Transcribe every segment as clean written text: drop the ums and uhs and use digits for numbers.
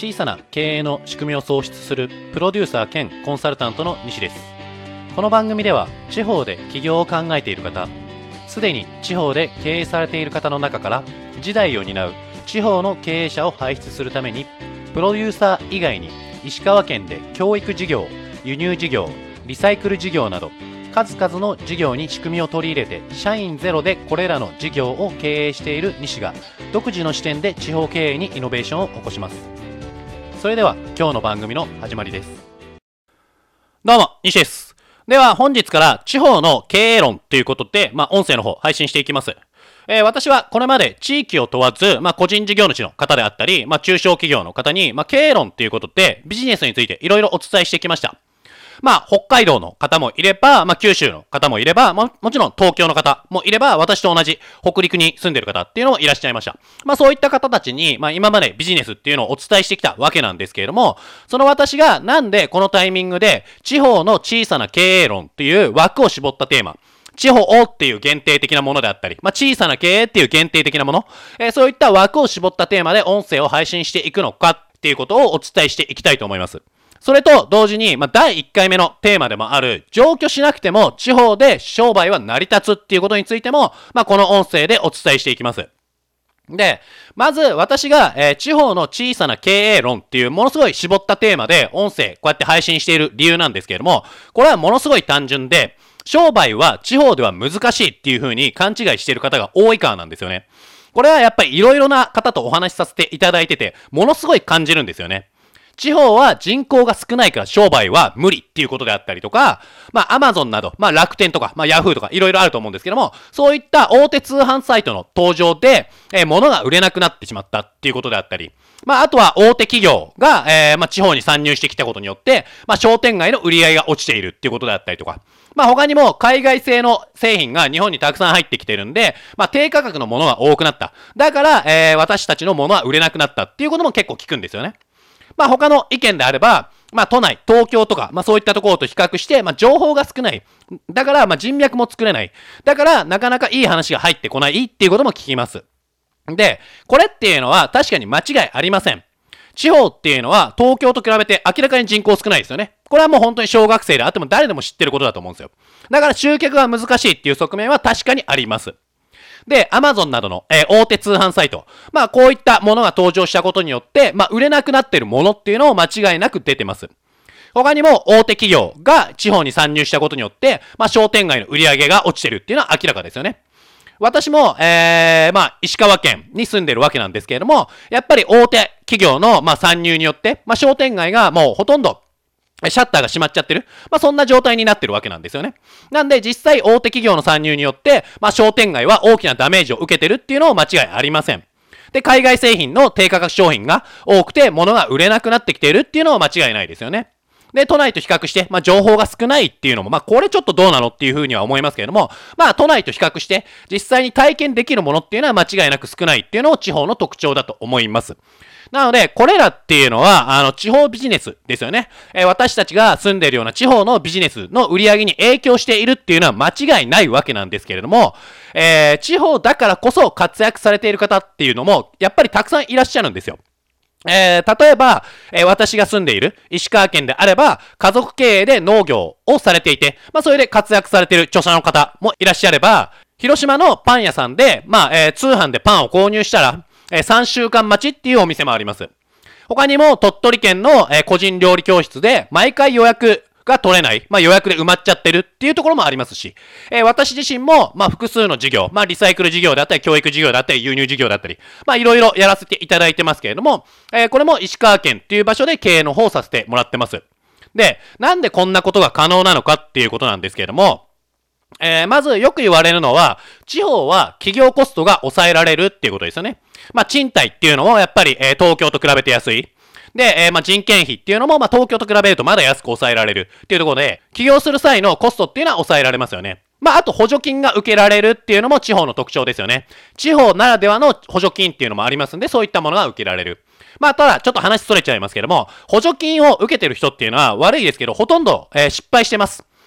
小さな経営の仕組みを創出するプロデューサー兼コンサルタントの西です。この番組では地方で起業を考えている方、すでに地方で経営されている方の中から次代を担う地方の経営者を輩出するために、プロデューサー以外に石川県で教育事業、輸入事業、リサイクル事業など数々の事業に仕組みを取り入れて社員ゼロでこれらの事業を経営している西が独自の視点で地方経営にイノベーションを起こします。それでは今日の番組の始まりです。どうも西です。では本日から地方の経営論ということで、音声の方配信していきます。私はこれまで地域を問わず、個人事業主の方であったり、中小企業の方に、経営論ということでビジネスについていろいろお伝えしてきました。北海道の方もいれば、九州の方もいれば、もちろん東京の方もいれば、私と同じ北陸に住んでいる方っていうのもいらっしゃいました。そういった方たちに、今までビジネスっていうのをお伝えしてきたわけなんですけれども、その私がなんでこのタイミングで地方の小さな経営論っていう枠を絞ったテーマ、地方っていう限定的なものであったり、小さな経営っていう限定的なもの、そういった枠を絞ったテーマで音声を配信していくのかっていうことをお伝えしていきたいと思います。それと同時に、第1回目のテーマでもある、上京しなくても地方で商売は成り立つっていうことについても、この音声でお伝えしていきます。で、まず私が、地方の小さな経営論っていうものすごい絞ったテーマで音声こうやって配信している理由なんですけれども、これはものすごい単純で、商売は地方では難しいっていう風に勘違いしている方が多いからなんですよね。これはやっぱりいろいろな方とお話しさせていただいてて、ものすごい感じるんですよね。地方は人口が少ないから商売は無理っていうことであったりとか、アマゾンなど、楽天とか、ヤフーとかいろいろあると思うんですけども、そういった大手通販サイトの登場で、物が売れなくなってしまったっていうことであったり、あとは大手企業が、地方に参入してきたことによって、商店街の売り上げが落ちているっていうことであったりとか、他にも海外製の製品が日本にたくさん入ってきてるんで、低価格のものが多くなった。だから、私たちのものは売れなくなったっていうことも結構聞くんですよね。他の意見であれば、都内、東京とか、そういったところと比較して、情報が少ない。だから、人脈も作れない。だから、なかなかいい話が入ってこないっていうことも聞きます。で、これっていうのは確かに間違いありません。地方っていうのは東京と比べて明らかに人口少ないですよね。これはもう本当に小学生であっても誰でも知ってることだと思うんですよ。だから集客が難しいっていう側面は確かにあります。で、アマゾンなどの、大手通販サイト。こういったものが登場したことによって、売れなくなっているものっていうのを間違いなく出てます。他にも大手企業が地方に参入したことによって、商店街の売り上げが落ちてるっていうのは明らかですよね。私も、石川県に住んでるわけなんですけれども、やっぱり大手企業の、参入によって、商店街がもうほとんどシャッターが閉まっちゃってる。そんな状態になってるわけなんですよね。なんで実際大手企業の参入によって、商店街は大きなダメージを受けてるっていうのも間違いありません。で、海外製品の低価格商品が多くて物が売れなくなってきているっていうのは間違いないですよね。で、都内と比較して、情報が少ないっていうのも、これちょっとどうなのっていうふうには思いますけれども、都内と比較して、実際に体験できるものっていうのは間違いなく少ないっていうのを地方の特徴だと思います。なので、これらっていうのは、地方ビジネスですよね。私たちが住んでいるような地方のビジネスの売り上げに影響しているっていうのは間違いないわけなんですけれども、地方だからこそ活躍されている方っていうのも、やっぱりたくさんいらっしゃるんですよ。例えば、私が住んでいる石川県であれば、家族経営で農業をされていて、それで活躍されている著者の方もいらっしゃれば、広島のパン屋さんで、通販でパンを購入したら、3週間待ちっていうお店もあります。他にも鳥取県の、個人料理教室で毎回予約が取れない、予約で埋まっちゃってるっていうところもありますし、私自身も、複数の事業、リサイクル事業であったり、教育事業であったり、輸入事業であったり、いろいろやらせていただいてますけれども、これも石川県っていう場所で経営の方をさせてもらってます。で、なんでこんなことが可能なのかっていうことなんですけれども、まずよく言われるのは、地方は企業コストが抑えられるっていうことですよね。賃貸っていうのもやっぱり、東京と比べて安い。で、人件費っていうのも、東京と比べるとまだ安く抑えられるっていうところで、起業する際のコストっていうのは抑えられますよね。あと補助金が受けられるっていうのも地方の特徴ですよね。地方ならではの補助金っていうのもありますんで、そういったものが受けられる。ただ、ちょっと話それちゃいますけども、補助金を受けてる人っていうのは悪いですけど、ほとんど、失敗してます。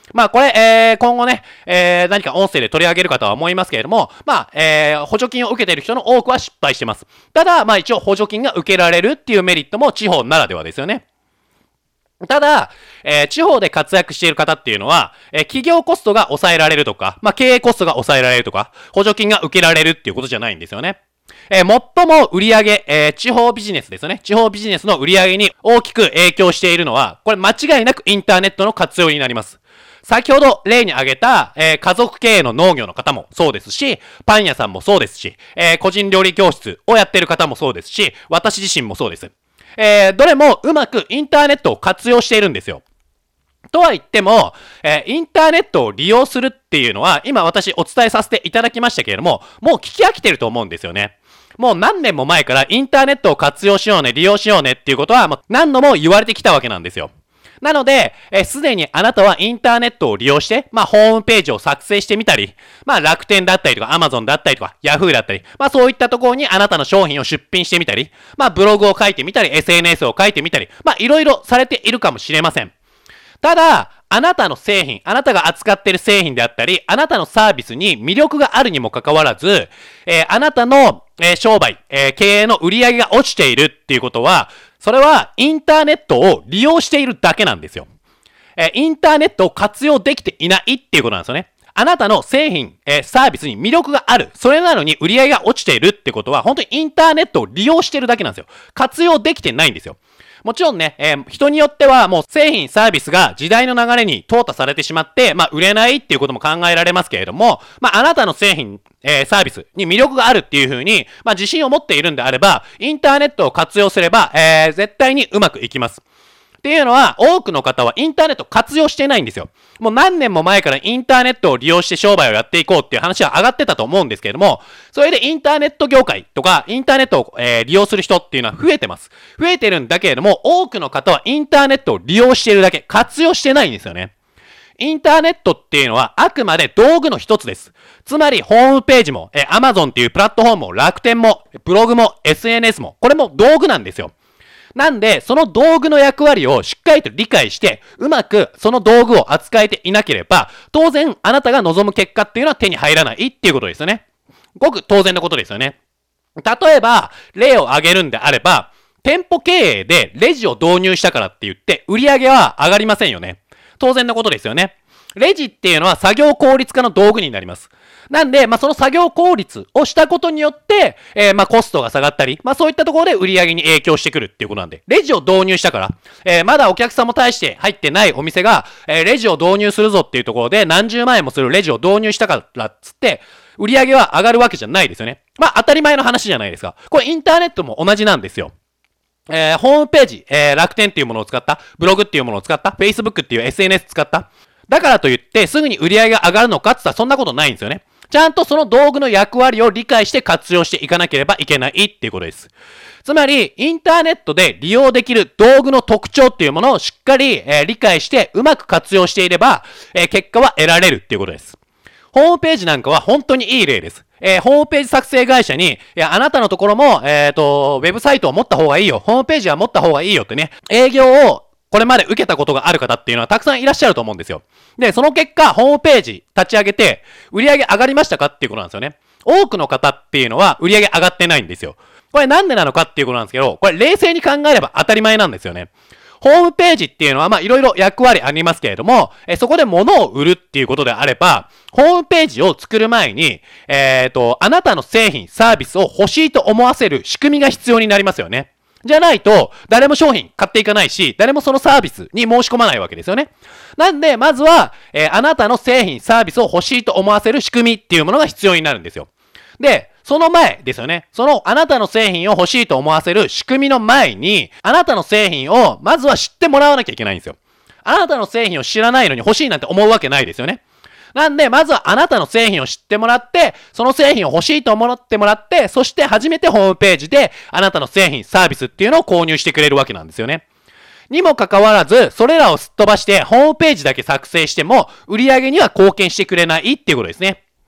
これ、今後ね、何か音声で取り上げるかとは思いますけれども、補助金を受けている人の多くは失敗してます。ただ、一応補助金が受けられるっていうメリットも地方ならではですよね。ただ、地方で活躍している方っていうのは、企業コストが抑えられるとか、経営コストが抑えられるとか、補助金が受けられるっていうことじゃないんですよね。最も売上、地方ビジネスですよね。地方ビジネスの売上に大きく影響しているのは、これ間違いなくインターネットの活用になります。先ほど例に挙げた、家族経営の農業の方もそうですし、パン屋さんもそうですし、個人料理教室をやっている方もそうですし、私自身もそうです。どれもうまくインターネットを活用しているんですよ。とは言っても、インターネットを利用するっていうのは、今私お伝えさせていただきましたけれども、もう聞き飽きてると思うんですよね。もう何年も前からインターネットを活用しようね、利用しようねっていうことは、何度も言われてきたわけなんですよ。なので、すでにあなたはインターネットを利用して、ホームページを作成してみたり、楽天だったりとか、アマゾンだったりとか、ヤフーだったり、そういったところにあなたの商品を出品してみたり、ブログを書いてみたり、SNS を書いてみたり、いろいろされているかもしれません。ただ、あなたの製品、あなたが扱っている製品であったり、あなたのサービスに魅力があるにもかかわらず、あなたの、商売、経営の売り上げが落ちているっていうことは、それはインターネットを利用しているだけなんですよ。インターネットを活用できていないっていうことなんですよね。あなたの製品、サービスに魅力がある。それなのに売り上げが落ちているってことは、本当にインターネットを利用しているだけなんですよ。活用できてないんですよ。もちろんね、人によってはもう製品サービスが時代の流れに淘汰されてしまって、売れないっていうことも考えられますけれども、あなたの製品、サービスに魅力があるっていう風に、自信を持っているんであれば、インターネットを活用すれば、絶対にうまくいきます。っていうのは、多くの方はインターネット活用してないんですよ。もう何年も前からインターネットを利用して商売をやっていこうっていう話は上がってたと思うんですけれども、それでインターネット業界とか、インターネットを、利用する人っていうのは増えてます。増えてるんだけれども、多くの方はインターネットを利用しているだけ、活用してないんですよね。インターネットっていうのはあくまで道具の一つです。つまりホームページも、Amazon っていうプラットフォームも、楽天も、ブログも、SNS も、これも道具なんですよ。なんで、その道具の役割をしっかりと理解して、うまくその道具を扱えていなければ、当然あなたが望む結果っていうのは手に入らないっていうことですよね。ごく当然のことですよね。例えば、例を挙げるんであれば、店舗経営でレジを導入したからって言って、売り上げは上がりませんよね。当然のことですよね。レジっていうのは作業効率化の道具になります。なんで、その作業効率をしたことによって、コストが下がったり、そういったところで売り上げに影響してくるっていうことなんで、レジを導入したから、まだお客さんも大して入ってないお店が、レジを導入するぞっていうところで何十万円もするレジを導入したからっつって、売り上げは上がるわけじゃないですよね。当たり前の話じゃないですか。これインターネットも同じなんですよ。ホームページ、楽天っていうものを使った、ブログっていうものを使った、Facebook っていう SNS 使った。だからといって、すぐに売り上げが上がるのかって言ったらそんなことないんですよね。ちゃんとその道具の役割を理解して活用していかなければいけないっていうことです。つまり、インターネットで利用できる道具の特徴っていうものをしっかり、理解してうまく活用していれば、結果は得られるっていうことです。ホームページなんかは本当にいい例です。ホームページ作成会社に、いや、あなたのところも、ウェブサイトを持った方がいいよ。ホームページは持った方がいいよってね、営業をこれまで受けたことがある方っていうのはたくさんいらっしゃると思うんですよ。で、その結果、ホームページ立ち上げて、売り上げ上がりましたかっていうことなんですよね。多くの方っていうのは売り上げ上がってないんですよ。これなんでなのかっていうことなんですけど、これ冷静に考えれば当たり前なんですよね。ホームページっていうのはいろいろ役割ありますけれども、そこで物を売るっていうことであれば、ホームページを作る前に、あなたの製品、サービスを欲しいと思わせる仕組みが必要になりますよね。じゃないと、誰も商品買っていかないし、誰もそのサービスに申し込まないわけですよね。なんで、まずは、あなたの製品、サービスを欲しいと思わせる仕組みっていうものが必要になるんですよ。で、その前ですよね。そのあなたの製品を欲しいと思わせる仕組みの前に、あなたの製品をまずは知ってもらわなきゃいけないんですよ。あなたの製品を知らないのに欲しいなんて思うわけないですよね。なんで、まずはあなたの製品を知ってもらって、その製品を欲しいと思ってもらって、そして初めてホームページであなたの製品、サービスっていうのを購入してくれるわけなんですよね。にもかかわらず、それらをすっ飛ばしてホームページだけ作成しても、売り上げには貢献してくれないっていうことですね。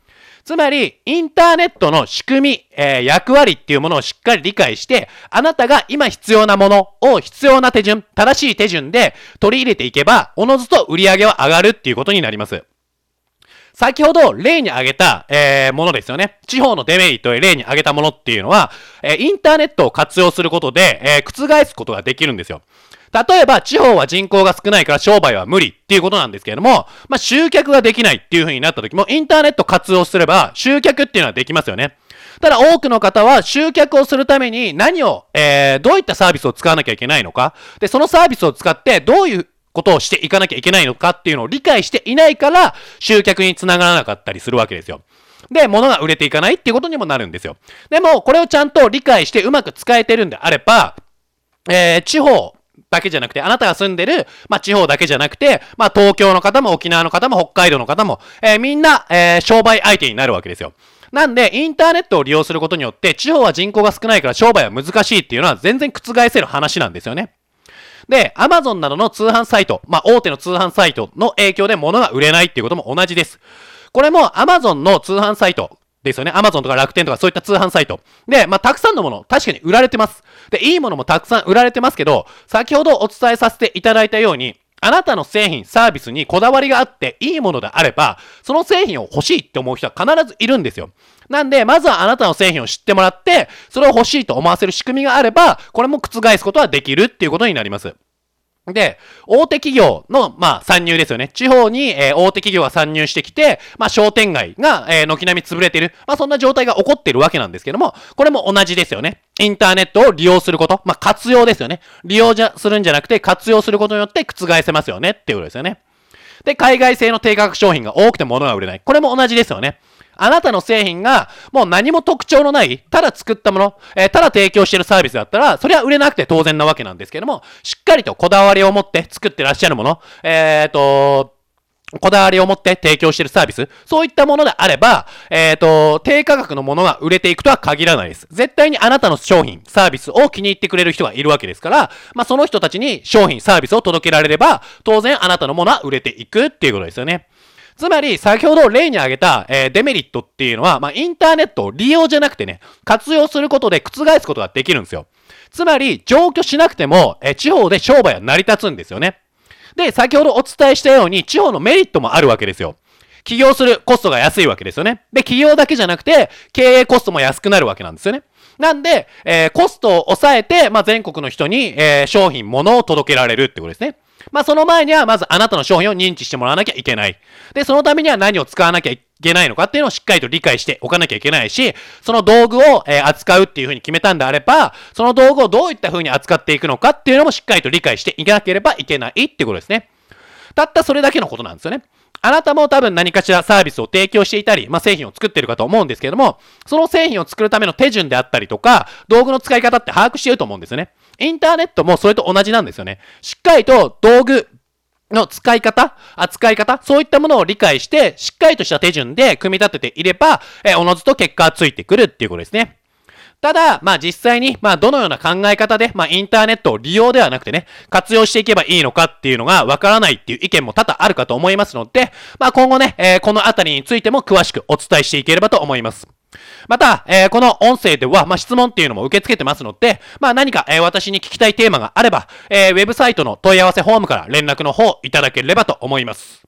つまり、インターネットの仕組み、役割っていうものをしっかり理解して、あなたが今必要なものを必要な手順、正しい手順で取り入れていけば、おのずと売り上げは上がるっていうことになります。先ほど例に挙げた、ものですよね。地方のデメリットで例に挙げたものっていうのは、インターネットを活用することで、覆すことができるんですよ。例えば、地方は人口が少ないから商売は無理っていうことなんですけれども、集客ができないっていう風になった時も、インターネット活用すれば、集客っていうのはできますよね。ただ、多くの方は集客をするために何を、どういったサービスを使わなきゃいけないのか、で、そのサービスを使ってどういうことをしていかなきゃいけないのかっていうのを理解していないから、集客につながらなかったりするわけですよ。で、物が売れていかないっていうことにもなるんですよ。でも、これをちゃんと理解してうまく使えてるんであれば、地方、だけじゃなくて、あなたが住んでる、地方だけじゃなくて、東京の方も沖縄の方も北海道の方も、みんな、商売相手になるわけですよ。なんで、インターネットを利用することによって、地方は人口が少ないから商売は難しいっていうのは全然覆せる話なんですよね。で、Amazon などの通販サイト、大手の通販サイトの影響で物が売れないっていうことも同じです。これも Amazon の通販サイト、ですよね。Amazon とか楽天とかそういった通販サイト。で、たくさんのもの、確かに売られてます。で、いいものもたくさん売られてますけど、先ほどお伝えさせていただいたように、あなたの製品、サービスにこだわりがあっていいものであれば、その製品を欲しいって思う人は必ずいるんですよ。なんで、まずはあなたの製品を知ってもらって、それを欲しいと思わせる仕組みがあれば、これも覆すことはできるっていうことになります。で、大手企業の、参入ですよね。地方に、大手企業が参入してきて、商店街が、軒並み潰れている。そんな状態が起こっているわけなんですけども、これも同じですよね。インターネットを利用すること。活用ですよね。利用するんじゃなくて、活用することによって覆せますよねっていうことですよね。で、海外製の低価格商品が多くて物が売れない。これも同じですよね。あなたの製品がもう何も特徴のない、ただ作ったもの、ただ提供しているサービスだったら、それは売れなくて当然なわけなんですけども、しっかりとこだわりを持って作ってらっしゃるもの、こだわりを持って提供しているサービス、そういったものであれば、低価格のものが売れていくとは限らないです。絶対にあなたの商品、サービスを気に入ってくれる人がいるわけですから、その人たちに商品、サービスを届けられれば、当然あなたのものは売れていくっていうことですよね。つまり、先ほど例に挙げた、デメリットっていうのは、インターネットを利用じゃなくてね、活用することで覆すことができるんですよ。つまり、上居しなくても、地方で商売は成り立つんですよね。で、先ほどお伝えしたように、地方のメリットもあるわけですよ。起業するコストが安いわけですよね。で、起業だけじゃなくて、経営コストも安くなるわけなんですよね。なんで、コストを抑えて、全国の人に、商品、物を届けられるってことですね。その前には、まずあなたの商品を認知してもらわなきゃいけない。で、そのためには何を使わなきゃいけないのかっていうのをしっかりと理解しておかなきゃいけないし、その道具を、扱うっていう風に決めたんであれば、その道具をどういった風に扱っていくのかっていうのもしっかりと理解していかなければいけないっていうことですね。たったそれだけのことなんですよね。あなたも多分何かしらサービスを提供していたり、製品を作っているかと思うんですけども、その製品を作るための手順であったりとか、道具の使い方って把握していると思うんですよね。インターネットもそれと同じなんですよね。しっかりと道具の使い方、扱い方、そういったものを理解して、しっかりとした手順で組み立てていれば、おのずと結果がついてくるっていうことですね。ただ、実際に、どのような考え方で、インターネットを利用ではなくてね、活用していけばいいのかっていうのがわからないっていう意見も多々あるかと思いますので、今後ね、このあたりについても詳しくお伝えしていければと思います。また、この音声では、質問っていうのも受け付けてますので、何か、私に聞きたいテーマがあれば、ウェブサイトの問い合わせフォームから連絡の方いただければと思います。